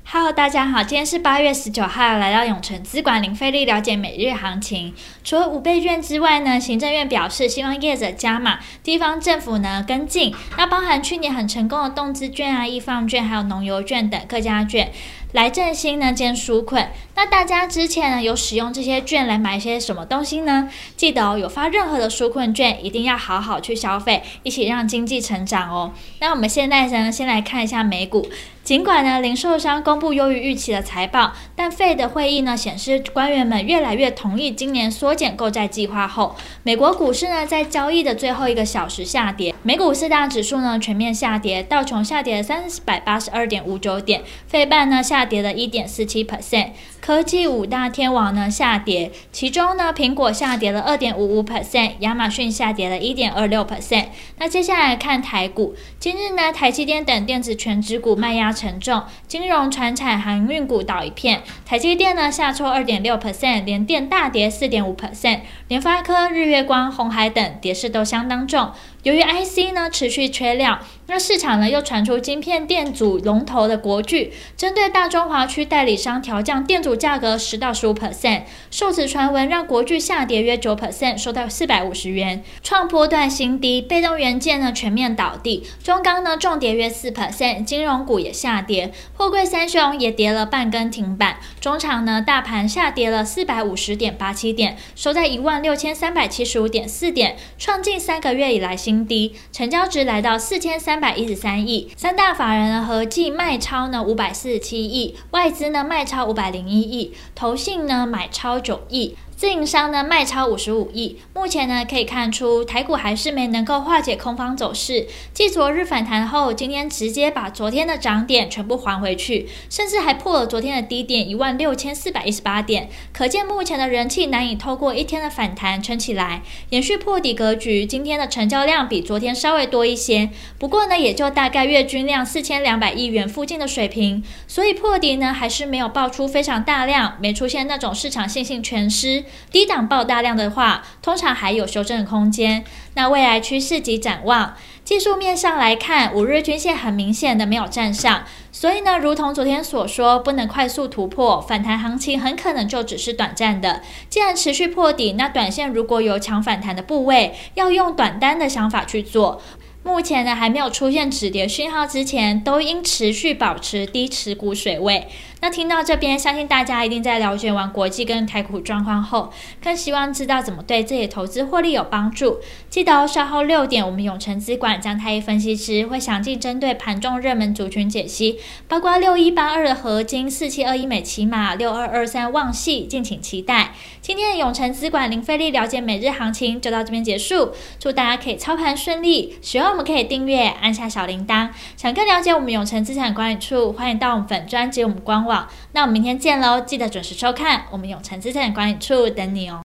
Hello， 大家好，今天是8月19号，来到永诚资管零费力了解每日行情。除了5倍券之外呢，行政院表示希望业者加码，地方政府呢跟进。那包含去年很成功的动资券啊、易放券，还有农油券等客家券，来振兴呢兼纾困。那大家之前呢有使用这些券来买一些什么东西呢？记得有发任何的纾困券，一定要好好去消费，一起让经济成长哦。那我们现在呢，先来看一下美股。尽管呢，零售商公布优于预期的财报，但 Fed 的会议呢显示，官员们越来越同意今年缩减购债计划后，美国股市呢在交易的最后1个小时下跌，美股4大指数呢全面下跌，道琼下跌了382.59点，费半呢下跌了1.47%， 科技5大天王呢下跌，其中呢苹果下跌了2.55%， 亚马逊下跌了1.26%。那接下来看台股，今日呢台积电等电子全指股卖压沉重，金融、传产、航运股倒一片。台积电呢下挫2.6%， 联电大跌4.5%， 联发科、日月光、鸿海等跌势都相当重。由于 IC 呢持续缺料，那市场呢又传出晶片电阻龙头的国巨针对大中华区代理商调降电阻价格10到15%， 受此传闻让国巨下跌约 9%， 收到450元，创波段新低。被动元件呢全面倒地，中钢呢重跌约 4%， 金融股也下跌，货柜三雄也跌了半根停板。中场呢大盘下跌了450.87点，收在16375.4点，创近3个月以来新低，成交值来到4313亿，三大法人呢合计卖超呢547亿，外资呢卖超501亿，投信呢买超9亿。自营商呢卖超55亿，目前呢可以看出台股还是没能够化解空方走势，继昨日反弹后，今天直接把昨天的涨点全部还回去，甚至还破了昨天的低点16418点，可见目前的人气难以透过一天的反弹撑起来，延续破底格局。今天的成交量比昨天稍微多一些，不过呢也就大概月均量4200亿元附近的水平，所以破底呢还是没有爆出非常大量，没出现那种市场信心全失。低档爆大量的话，通常还有修正的空间。那未来趋势及展望，技术面上来看，5日均线很明显的没有站上，所以呢，如同昨天所说，不能快速突破，反弹行情很可能就只是短暂的。既然持续破底，那短线如果有强反弹的部位，要用短单的想法去做。目前呢还没有出现止跌讯号之前，都应持续保持低持股水位。那听到这边，相信大家一定在了解完国际跟台股状况后，更希望知道怎么对自己的投资获利有帮助。记得哦，稍后6点，我们永诚资管张太一分析师会详尽针对盘中热门族群解析，包括6182的合金、4721美骑马、6223旺系，敬请期待。今天的永诚资管零费力了解每日行情就到这边结束，祝大家可以操盘顺利。喜欢我们可以订阅，按下小铃铛。想更了解我们永诚资产管理处，欢迎到我们粉专及我们官网。那我们明天见喽，记得准时收看，我们永诚资产管理处等你哦。